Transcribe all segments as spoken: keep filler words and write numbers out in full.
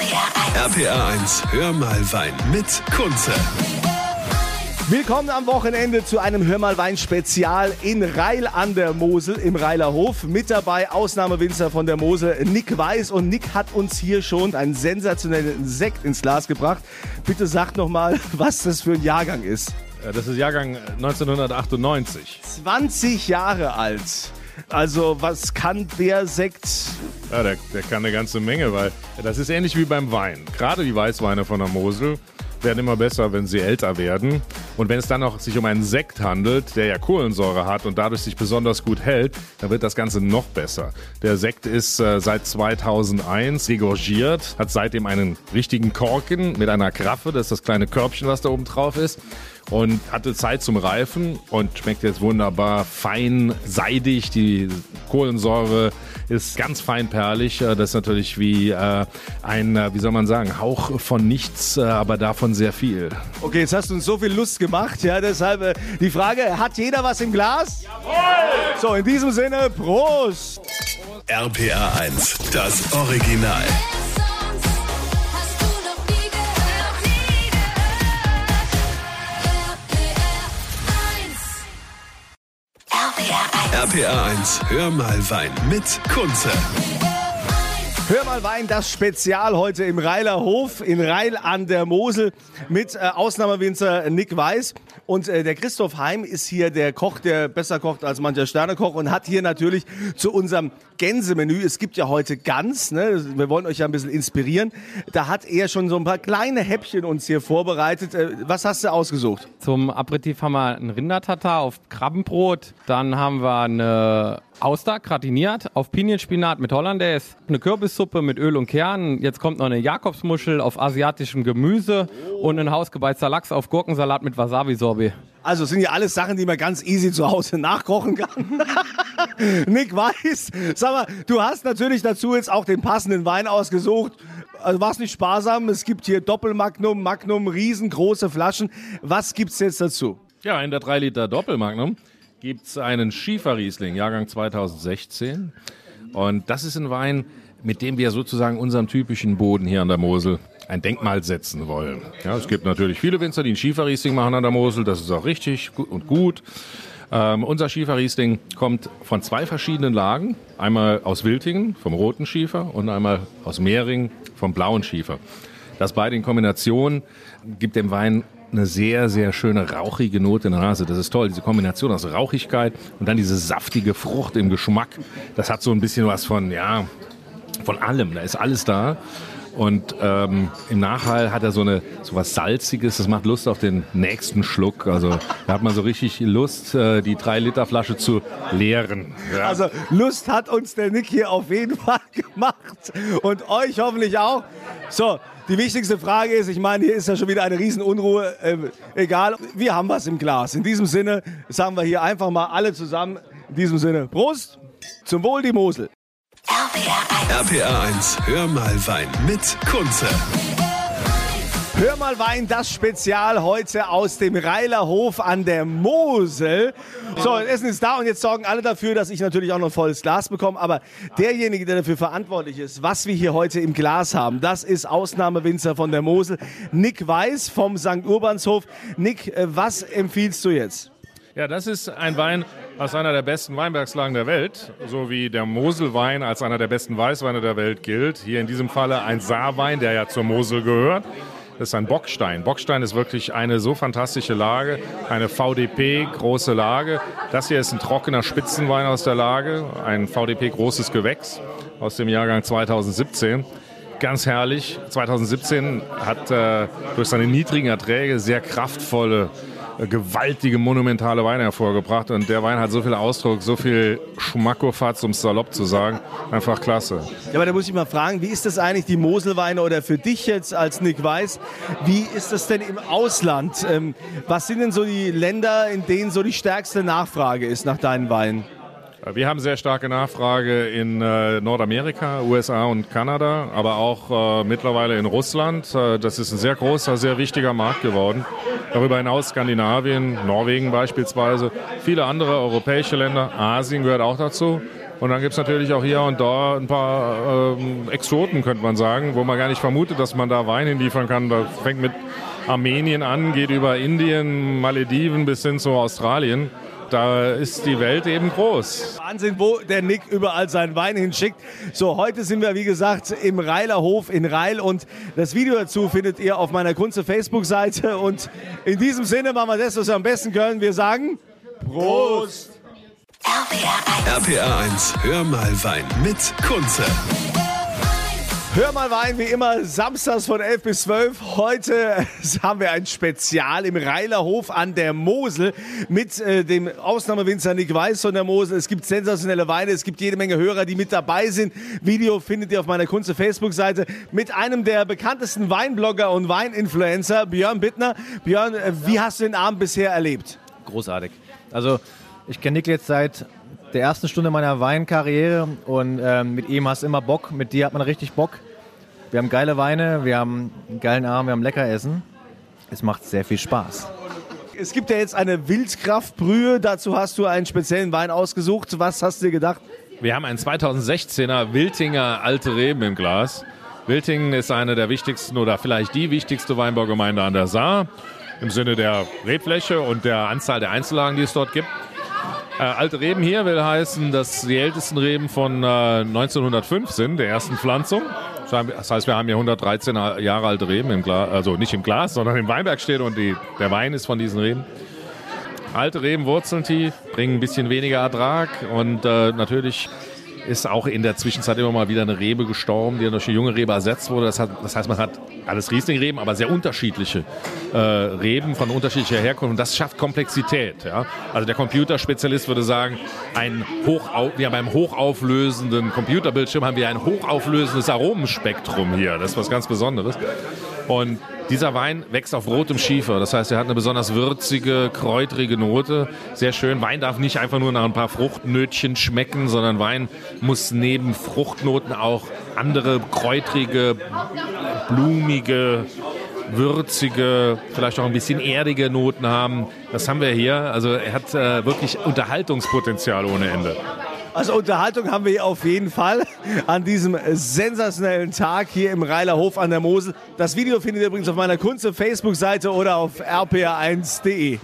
R P R eins, hör mal Wein mit Kunze. Willkommen am Wochenende zu einem Hör mal Wein Spezial in Reil an der Mosel im Reiler Hof. Mit dabei Ausnahmewinzer von der Mosel, Nick Weiß. Und Nick hat uns hier schon einen sensationellen Sekt ins Glas gebracht. Bitte sagt nochmal, was das für ein Jahrgang ist. Das ist Jahrgang neunzehnhundertachtundneunzig. zwanzig Jahre alt. Also was kann der Sekt? Ja, der, der kann eine ganze Menge, weil das ist ähnlich wie beim Wein. Gerade die Weißweine von der Mosel werden immer besser, wenn sie älter werden. Und wenn es dann noch sich um einen Sekt handelt, der ja Kohlensäure hat und dadurch sich besonders gut hält, dann wird das Ganze noch besser. Der Sekt ist äh, seit zweitausendeins degorgiert, hat seitdem einen richtigen Korken mit einer Kraffe, das ist das kleine Körbchen, was da oben drauf ist. Und hatte Zeit zum Reifen und schmeckt jetzt wunderbar fein, seidig. Die Kohlensäure ist ganz feinperlig. Das ist natürlich wie äh, ein, wie soll man sagen, Hauch von nichts, äh, aber davon sehr viel. Okay, jetzt hast du uns so viel Lust gemacht. Ja, deshalb äh, die Frage, hat jeder was im Glas? Jawohl! So, in diesem Sinne, Prost! R P R eins, das Original. R P R eins, hör mal Wein mit Kunze. Hör mal Wein, das Spezial heute im Reiler Hof in Reil an der Mosel mit äh, Ausnahmewinzer Nick Weiß. Und äh, der Christoph Heim ist hier der Koch, der besser kocht als mancher Sternekoch und hat hier natürlich zu unserem Gänsemenü, es gibt ja heute Gans, ne? Wir wollen euch ja ein bisschen inspirieren. Da hat er schon so ein paar kleine Häppchen uns hier vorbereitet. Äh, was hast du ausgesucht? Zum Aperitif haben wir einen Rindertatar auf Krabbenbrot, dann haben wir eine Auster gratiniert auf Pinienspinat mit Hollandaise, eine Kürbissuppe mit Öl und Kernen, jetzt kommt noch eine Jakobsmuschel auf asiatischem Gemüse und ein hausgebeizter Lachs auf Gurkensalat mit Wasabi-Sorbet. Also sind ja alles Sachen, die man ganz easy zu Hause nachkochen kann. Nick Weiß, sag mal, du hast natürlich dazu jetzt auch den passenden Wein ausgesucht. Also war es nicht sparsam, es gibt hier Doppelmagnum, Magnum, riesengroße Flaschen. Was gibt's jetzt dazu? Ja, in der drei Liter Doppelmagnum gibt es einen Schieferriesling, Jahrgang zweitausendsechzehn. Und das ist ein Wein, mit dem wir sozusagen unserem typischen Boden hier an der Mosel ein Denkmal setzen wollen. Ja, es gibt natürlich viele Winzer, die einen Schieferriesling machen an der Mosel. Das ist auch richtig und gut. Ähm, unser Schieferriesling kommt von zwei verschiedenen Lagen. Einmal aus Wiltingen vom roten Schiefer und einmal aus Mehring vom blauen Schiefer. Das beide in Kombination gibt dem Wein eine sehr, sehr schöne rauchige Note in der Nase. Das ist toll, diese Kombination aus Rauchigkeit und dann diese saftige Frucht im Geschmack. Das hat so ein bisschen was von, ja, von allem. Da ist alles da. Und ähm, im Nachhall hat er so eine so was Salziges, das macht Lust auf den nächsten Schluck. Also da hat man so richtig Lust, äh, die drei Liter Flasche zu leeren. Ja. Also Lust hat uns der Nick hier auf jeden Fall gemacht und euch hoffentlich auch. So, die wichtigste Frage ist, ich meine, hier ist ja schon wieder eine Riesenunruhe. Äh, egal, wir haben was im Glas. In diesem Sinne sagen wir hier einfach mal alle zusammen, in diesem Sinne, Prost, zum Wohl die Mosel. R P R eins, hör mal Wein mit Kunze. Hör mal Wein, das Spezial heute aus dem Reiler Hof an der Mosel. So, das Essen ist da und jetzt sorgen alle dafür, dass ich natürlich auch noch ein volles Glas bekomme. Aber derjenige, der dafür verantwortlich ist, was wir hier heute im Glas haben, das ist Ausnahmewinzer von der Mosel, Nick Weiß vom Sankt Urbanshof. Nick, was empfiehlst du jetzt? Ja, das ist ein Wein aus einer der besten Weinbergslagen der Welt, so wie der Moselwein als einer der besten Weißweine der Welt gilt. Hier in diesem Falle ein Saarwein, der ja zur Mosel gehört. Das ist ein Bockstein. Bockstein ist wirklich eine so fantastische Lage, eine V D P-große Lage. Das hier ist ein trockener Spitzenwein aus der Lage, ein V D P-großes Gewächs aus dem Jahrgang zweitausendsiebzehn. Ganz herrlich. zweitausendsiebzehn hat äh, durch seine niedrigen Erträge sehr kraftvolle, gewaltige, monumentale Weine hervorgebracht. Und der Wein hat so viel Ausdruck, so viel Schmackofatz, um es salopp zu sagen. Einfach klasse. Ja, aber da muss ich mal fragen, wie ist das eigentlich, die Moselweine oder für dich jetzt als Nick Weiß, wie ist das denn im Ausland? Ähm, was sind denn so die Länder, in denen so die stärkste Nachfrage ist nach deinen Weinen? Wir haben sehr starke Nachfrage in äh, Nordamerika, U S A und Kanada, aber auch äh, mittlerweile in Russland. Äh, das ist ein sehr großer, sehr wichtiger Markt geworden. Darüber hinaus Skandinavien, Norwegen beispielsweise, viele andere europäische Länder, Asien gehört auch dazu. Und dann gibt es natürlich auch hier und da ein paar ähm, Exoten, könnte man sagen, wo man gar nicht vermutet, dass man da Wein hinliefern kann. Das fängt mit Armenien an, geht über Indien, Malediven bis hin zu Australien. Da ist die Welt eben groß. Wahnsinn, wo der Nick überall seinen Wein hinschickt. So, heute sind wir, wie gesagt, im Reiler Hof in Reil und das Video dazu findet ihr auf meiner Kunze Facebook-Seite. Und in diesem Sinne machen wir das, was wir am besten können. Wir sagen Prost! R P R eins, hör mal Wein mit Kunze. Hör mal Wein, wie immer, samstags von elf bis zwölf. Heute haben wir ein Spezial im Reiler Hof an der Mosel mit äh, dem Ausnahmewinzer Nick Weiß von der Mosel. Es gibt sensationelle Weine, es gibt jede Menge Hörer, die mit dabei sind. Video findet ihr auf meiner Kunze Facebook-Seite mit einem der bekanntesten Weinblogger und Weininfluencer, Björn Bittner. Björn, äh, wie hast du den Abend bisher erlebt? Großartig. Also ich kenne Nick jetzt seit der ersten Stunde meiner Weinkarriere und ähm, mit ihm hast du immer Bock, mit dir hat man richtig Bock. Wir haben geile Weine, wir haben einen geilen Abend, wir haben lecker Essen. Es macht sehr viel Spaß. Es gibt ja jetzt eine Wildkraftbrühe, dazu hast du einen speziellen Wein ausgesucht. Was hast du dir gedacht? Wir haben einen zweitausendsechzehner Wiltinger Alte Reben im Glas. Wiltingen ist eine der wichtigsten oder vielleicht die wichtigste Weinbaugemeinde an der Saar im Sinne der Rebfläche und der Anzahl der Einzellagen, die es dort gibt. Äh, alte Reben hier will heißen, dass die ältesten Reben von äh, neunzehnhundertfünf sind, der ersten Pflanzung. Das heißt, wir haben hier hundertdreizehn Jahre alte Reben im Glas, also nicht im Glas, sondern im Weinberg stehen und die, der Wein ist von diesen Reben. Alte Reben wurzeln tief, bringen ein bisschen weniger Ertrag und äh, natürlich ist auch in der Zwischenzeit immer mal wieder eine Rebe gestorben, die durch eine junge Rebe ersetzt wurde. Das, hat, das heißt, man hat alles Riesling-Reben, aber sehr unterschiedliche äh, Reben von unterschiedlicher Herkunft. Und das schafft Komplexität. Ja? Also der Computerspezialist würde sagen, ein hochau- wir haben beim hochauflösenden Computerbildschirm haben wir ein hochauflösendes Aromenspektrum hier. Das ist was ganz Besonderes. Und dieser Wein wächst auf rotem Schiefer. Das heißt, er hat eine besonders würzige, kräutrige Note. Sehr schön. Wein darf nicht einfach nur nach ein paar Fruchtnötchen schmecken, sondern Wein muss neben Fruchtnoten auch andere kräutrige, blumige, würzige, vielleicht auch ein bisschen erdige Noten haben. Das haben wir hier. Also er hat äh, wirklich Unterhaltungspotenzial ohne Ende. Also Unterhaltung haben wir hier auf jeden Fall an diesem sensationellen Tag hier im Reiler Hof an der Mosel. Das Video findet ihr übrigens auf meiner Kunze Facebook-Seite oder auf r p r eins punkt d e.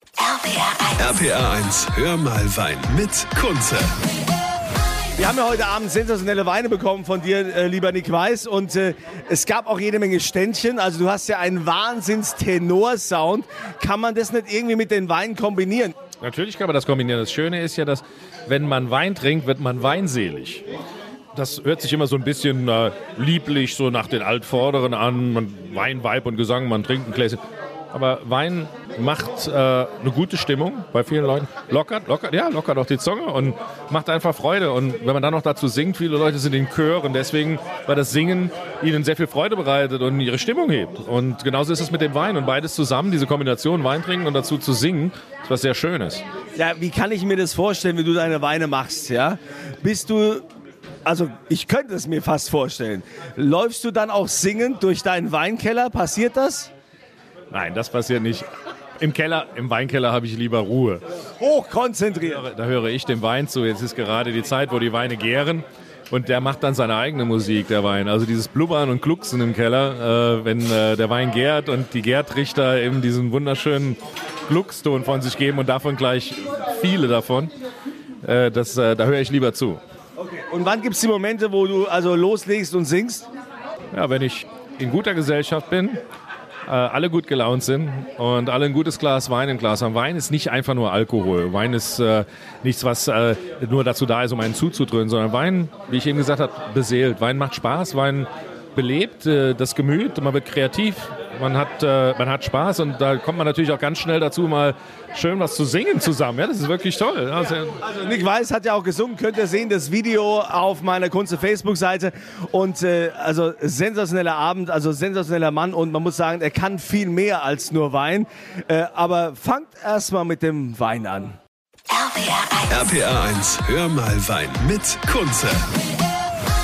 R P R eins, hör mal Wein mit Kunze. Wir haben ja heute Abend sensationelle Weine bekommen von dir, äh, lieber Nick Weiß. Und äh, es gab auch jede Menge Ständchen. Also du hast ja einen Wahnsinns-Tenor-Sound. Kann man das nicht irgendwie mit den Weinen kombinieren? Natürlich kann man das kombinieren. Das Schöne ist ja, dass wenn man Wein trinkt, wird man weinselig. Das hört sich immer so ein bisschen äh, lieblich so nach den Altvorderen an. Man, Wein, Weib und Gesang, man trinkt ein Gläschen. Aber Wein macht äh, eine gute Stimmung bei vielen Leuten. Lockert, lockert, ja, lockert auch die Zunge und macht einfach Freude. Und wenn man dann noch dazu singt, viele Leute sind in Chören, deswegen, weil das Singen ihnen sehr viel Freude bereitet und ihre Stimmung hebt. Und genauso ist es mit dem Wein. Und beides zusammen, diese Kombination Wein trinken und dazu zu singen, ist was sehr Schönes. Ja, wie kann ich mir das vorstellen, wenn du deine Weine machst, ja? Bist du, also ich könnte es mir fast vorstellen, läufst du dann auch singend durch deinen Weinkeller? Passiert das? Nein, das passiert nicht. Im Keller, im Weinkeller habe ich lieber Ruhe. Hochkonzentriert. Da höre ich dem Wein zu. Jetzt ist gerade die Zeit, wo die Weine gären. Und der macht dann seine eigene Musik, der Wein. Also dieses Blubbern und Glucksen im Keller, äh, wenn äh, der Wein gärt und die Gärtrichter eben diesen wunderschönen Gluckston von sich geben und davon gleich viele davon, äh, das, äh, da höre ich lieber zu. Okay. Und wann gibt es die Momente, wo du also loslegst und singst? Ja, wenn ich in guter Gesellschaft bin, äh, alle gut gelaunt sind und alle ein gutes Glas Wein im Glas haben. Wein ist nicht einfach nur Alkohol. Wein ist äh, nichts, was äh, nur dazu da ist, um einen zuzudröhnen, sondern Wein, wie ich eben gesagt habe, beseelt. Wein macht Spaß, Wein belebt äh, das Gemüt, man wird kreativ, man hat, äh, man hat Spaß und da kommt man natürlich auch ganz schnell dazu, mal schön was zu singen zusammen. Ja, das ist wirklich toll. Also, also Nick Weiß hat ja auch gesungen, könnt ihr sehen, das Video auf meiner Kunze Facebook-Seite und äh, also sensationeller Abend, also sensationeller Mann und man muss sagen, er kann viel mehr als nur Wein, äh, aber fangt erstmal mit dem Wein an. R P R eins, hör mal Wein mit Kunze.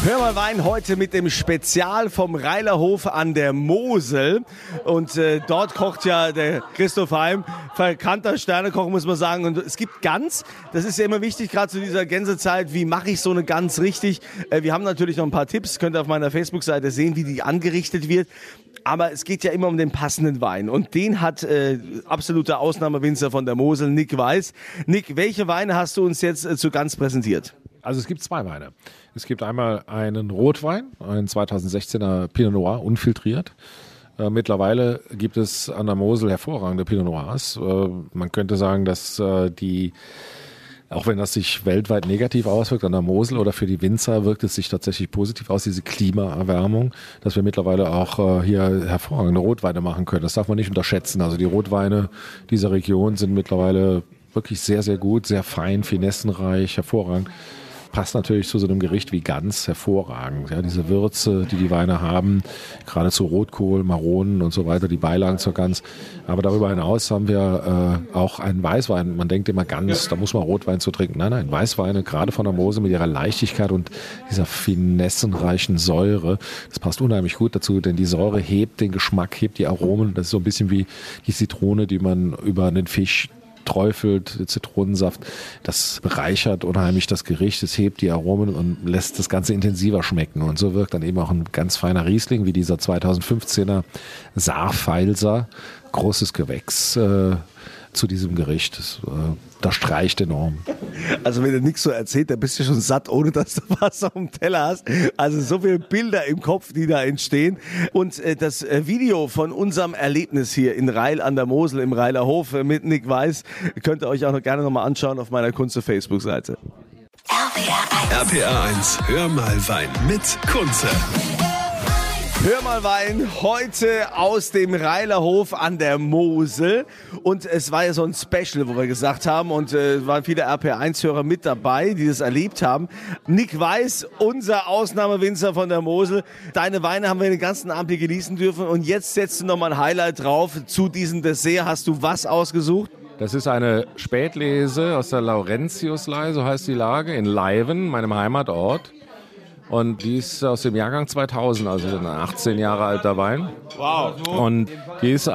Hör mal Wein heute mit dem Spezial vom Reilerhof an der Mosel. Und äh, dort kocht ja der Christoph Heim, verkannter Sternekoch, muss man sagen. Und es gibt Gans, das ist ja immer wichtig, gerade zu dieser Gänsezeit, wie mache ich so eine Gans richtig? Äh, wir haben natürlich noch ein paar Tipps, könnt ihr auf meiner Facebook-Seite sehen, wie die angerichtet wird. Aber es geht ja immer um den passenden Wein. Und den hat äh, absoluter Ausnahmewinzer von der Mosel, Nick Weiß. Nick, welche Weine hast du uns jetzt äh, zu Gans präsentiert? Also es gibt zwei Weine. Es gibt einmal einen Rotwein, einen zweitausendsechzehner Pinot Noir, unfiltriert. Äh, mittlerweile gibt es an der Mosel hervorragende Pinot Noirs. Äh, man könnte sagen, dass äh, die, auch wenn das sich weltweit negativ auswirkt an der Mosel oder für die Winzer, wirkt es sich tatsächlich positiv aus, diese Klimaerwärmung, dass wir mittlerweile auch äh, hier hervorragende Rotweine machen können. Das darf man nicht unterschätzen. Also die Rotweine dieser Region sind mittlerweile wirklich sehr, sehr gut, sehr fein, finessenreich, hervorragend. Passt natürlich zu so einem Gericht wie Gans hervorragend. Ja, diese Würze, die die Weine haben, gerade zu Rotkohl, Maronen und so weiter, die Beilagen zur Gans. Aber darüber hinaus haben wir äh, auch einen Weißwein. Man denkt immer Gans, da muss man Rotwein zu trinken. Nein, nein, Weißweine, gerade von der Mosel mit ihrer Leichtigkeit und dieser finessenreichen Säure, das passt unheimlich gut dazu, denn die Säure hebt den Geschmack, hebt die Aromen. Das ist so ein bisschen wie die Zitrone, die man über einen Fisch träufelt, Zitronensaft, das bereichert unheimlich das Gericht, es hebt die Aromen und lässt das Ganze intensiver schmecken. Und so wirkt dann eben auch ein ganz feiner Riesling, wie dieser zweitausendfünfzehner Saarpfeilser, großes Gewächs äh, zu diesem Gericht. Das, äh, das streicht enorm. Also wenn du nichts so erzählt, dann bist du schon satt, ohne dass du was auf dem Teller hast. Also so viele Bilder im Kopf, die da entstehen. Und äh, das äh, Video von unserem Erlebnis hier in Reil an der Mosel im Reiler Hof äh, mit Nick Weiß könnt ihr euch auch noch gerne nochmal anschauen auf meiner Kunze Facebook-Seite. R P R eins, hör mal Wein mit Kunze. Hör mal Wein, heute aus dem Reilerhof an der Mosel. Und es war ja so ein Special, wo wir gesagt haben, und äh, es waren viele R P R eins Hörer mit dabei, die das erlebt haben. Nick Weiß, unser Ausnahmewinzer von der Mosel. Deine Weine haben wir den ganzen Abend hier genießen dürfen. Und jetzt setzt du nochmal ein Highlight drauf. Zu diesem Dessert hast du was ausgesucht? Das ist eine Spätlese aus der Laurentiuslei, so heißt die Lage, in Leiven, meinem Heimatort. Und die ist aus dem Jahrgang zweitausend, also ein achtzehn Jahre alter Wein. Wow. Und die ist äh,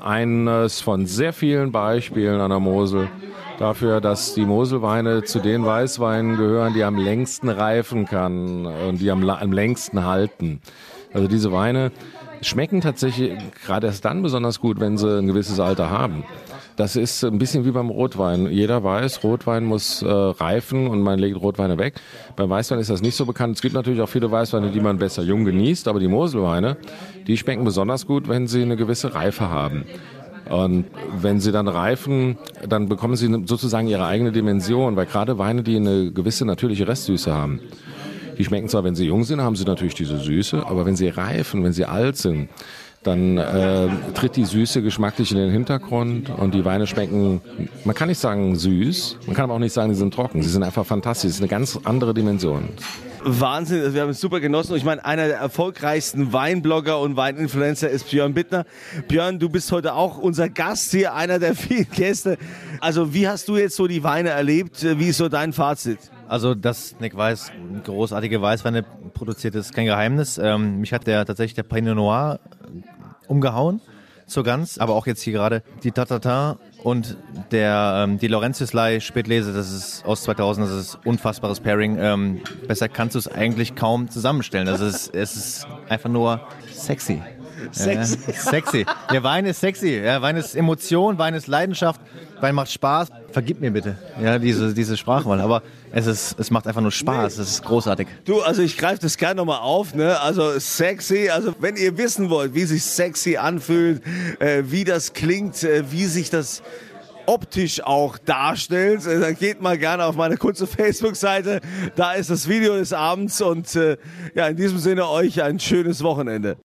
eines von sehr vielen Beispielen an der Mosel dafür, dass die Moselweine zu den Weißweinen gehören, die am längsten reifen kann und die am, am längsten halten. Also diese Weine schmecken tatsächlich gerade erst dann besonders gut, wenn sie ein gewisses Alter haben. Das ist ein bisschen wie beim Rotwein. Jeder weiß, Rotwein muss äh, reifen und man legt Rotweine weg. Beim Weißwein ist das nicht so bekannt. Es gibt natürlich auch viele Weißweine, die man besser jung genießt, aber die Moselweine, die schmecken besonders gut, wenn sie eine gewisse Reife haben. Und wenn sie dann reifen, dann bekommen sie sozusagen ihre eigene Dimension, weil gerade Weine, die eine gewisse natürliche Restsüße haben, die schmecken zwar, wenn sie jung sind, haben sie natürlich diese Süße, aber wenn sie reifen, wenn sie alt sind, dann äh, tritt die Süße geschmacklich in den Hintergrund und die Weine schmecken, man kann nicht sagen süß, man kann aber auch nicht sagen, sie sind trocken. Sie sind einfach fantastisch, es ist eine ganz andere Dimension. Wahnsinn, wir haben es super genossen. Und ich meine, einer der erfolgreichsten Weinblogger und Weininfluencer ist Björn Bittner. Björn, du bist heute auch unser Gast hier, einer der vielen Gäste. Also wie hast du jetzt so die Weine erlebt? Wie ist so dein Fazit? Also, dass Nick Weiß großartige Weißweine produziert, ist kein Geheimnis. Ähm, mich hat der tatsächlich der Pinot Noir umgehauen zur Gans, aber auch jetzt hier gerade die Tatatin und der ähm, die Laurentiuslei Spätlese, das ist aus zweitausend, das ist unfassbares Pairing. Ähm, besser kannst du es eigentlich kaum zusammenstellen. Das ist, es ist einfach nur sexy. Sexy. Ja, sexy. Der Wein ist sexy. Ja, Wein ist Emotion, Wein ist Leidenschaft, Wein macht Spaß. Vergib mir bitte, ja, diese, diese Sprachwahl. Aber es ist, es macht einfach nur Spaß. Es ist großartig. Du, also ich greife das gerne nochmal auf, ne? Also sexy, also wenn ihr wissen wollt, wie sich sexy anfühlt, äh, wie das klingt, äh, wie sich das optisch auch darstellt, äh, dann geht mal gerne auf meine kurze Facebook-Seite. Da ist das Video des Abends und äh, ja, in diesem Sinne euch ein schönes Wochenende.